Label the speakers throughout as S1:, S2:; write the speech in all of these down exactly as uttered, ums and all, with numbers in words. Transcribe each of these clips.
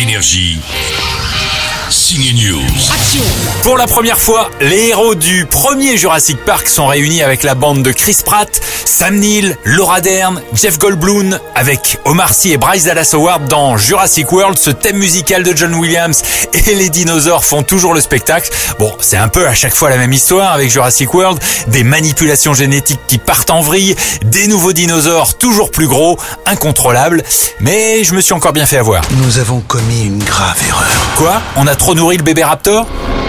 S1: Énergie. Ciné News.
S2: Action.
S3: Pour la première fois, les héros du premier Jurassic Park sont réunis avec la bande de Chris Pratt, Sam Neill, Laura Dern, Jeff Goldblum, avec Omar Sy et Bryce Dallas Howard dans Jurassic World, ce thème musical de John Williams, et les dinosaures font toujours le spectacle. Bon, c'est un peu à chaque fois la même histoire avec Jurassic World, des manipulations génétiques qui partent en vrille, des nouveaux dinosaures toujours plus gros, incontrôlables, mais je me suis encore bien fait avoir.
S4: Nous avons commis une grave erreur.
S3: Quoi ? On a trop nourri le bébé raptor ?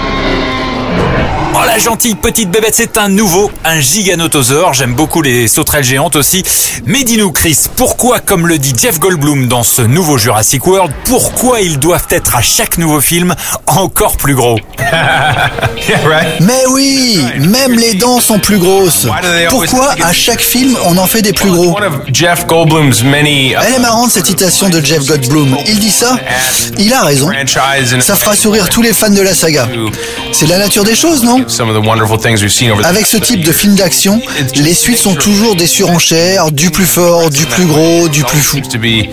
S3: Oh, la gentille petite bébête, c'est un nouveau, un giganotosaure. J'aime beaucoup les sauterelles géantes aussi. Mais dis-nous, Chris, pourquoi, comme le dit Jeff Goldblum dans ce nouveau Jurassic World, pourquoi ils doivent être à chaque nouveau film encore plus gros ?
S4: Mais oui, même les dents sont plus grosses. Pourquoi à chaque film on en fait des plus gros ? Elle est marrante cette citation de Jeff Goldblum. Il dit ça, il a raison. Ça fera sourire tous les fans de la saga. C'est la nature des choses, non ? Avec ce type de film d'action, les suites sont toujours des surenchères, du plus fort, du plus gros, du plus fou.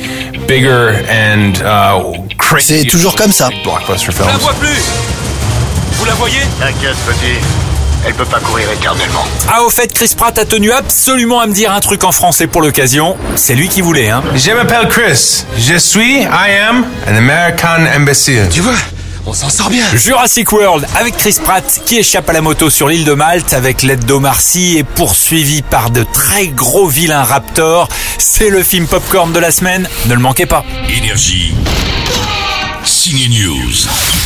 S4: C'est toujours comme ça.
S3: Je la vois plus. Vous la voyez ?
S5: T'inquiète, petit. Elle peut pas courir éternellement.
S3: Ah, au fait, Chris Pratt a tenu absolument à me dire un truc en français pour l'occasion. C'est lui qui voulait, hein.
S6: Je m'appelle Chris. Je suis, I am, an American imbécile.
S2: Tu vois, on s'en sort bien.
S3: Jurassic World avec Chris Pratt qui échappe à la moto sur l'île de Malte avec l'aide d'Omar Sy et poursuivi par de très gros vilains raptors. C'est le film popcorn de la semaine. Ne le manquez pas.
S1: Énergie. Ciné News.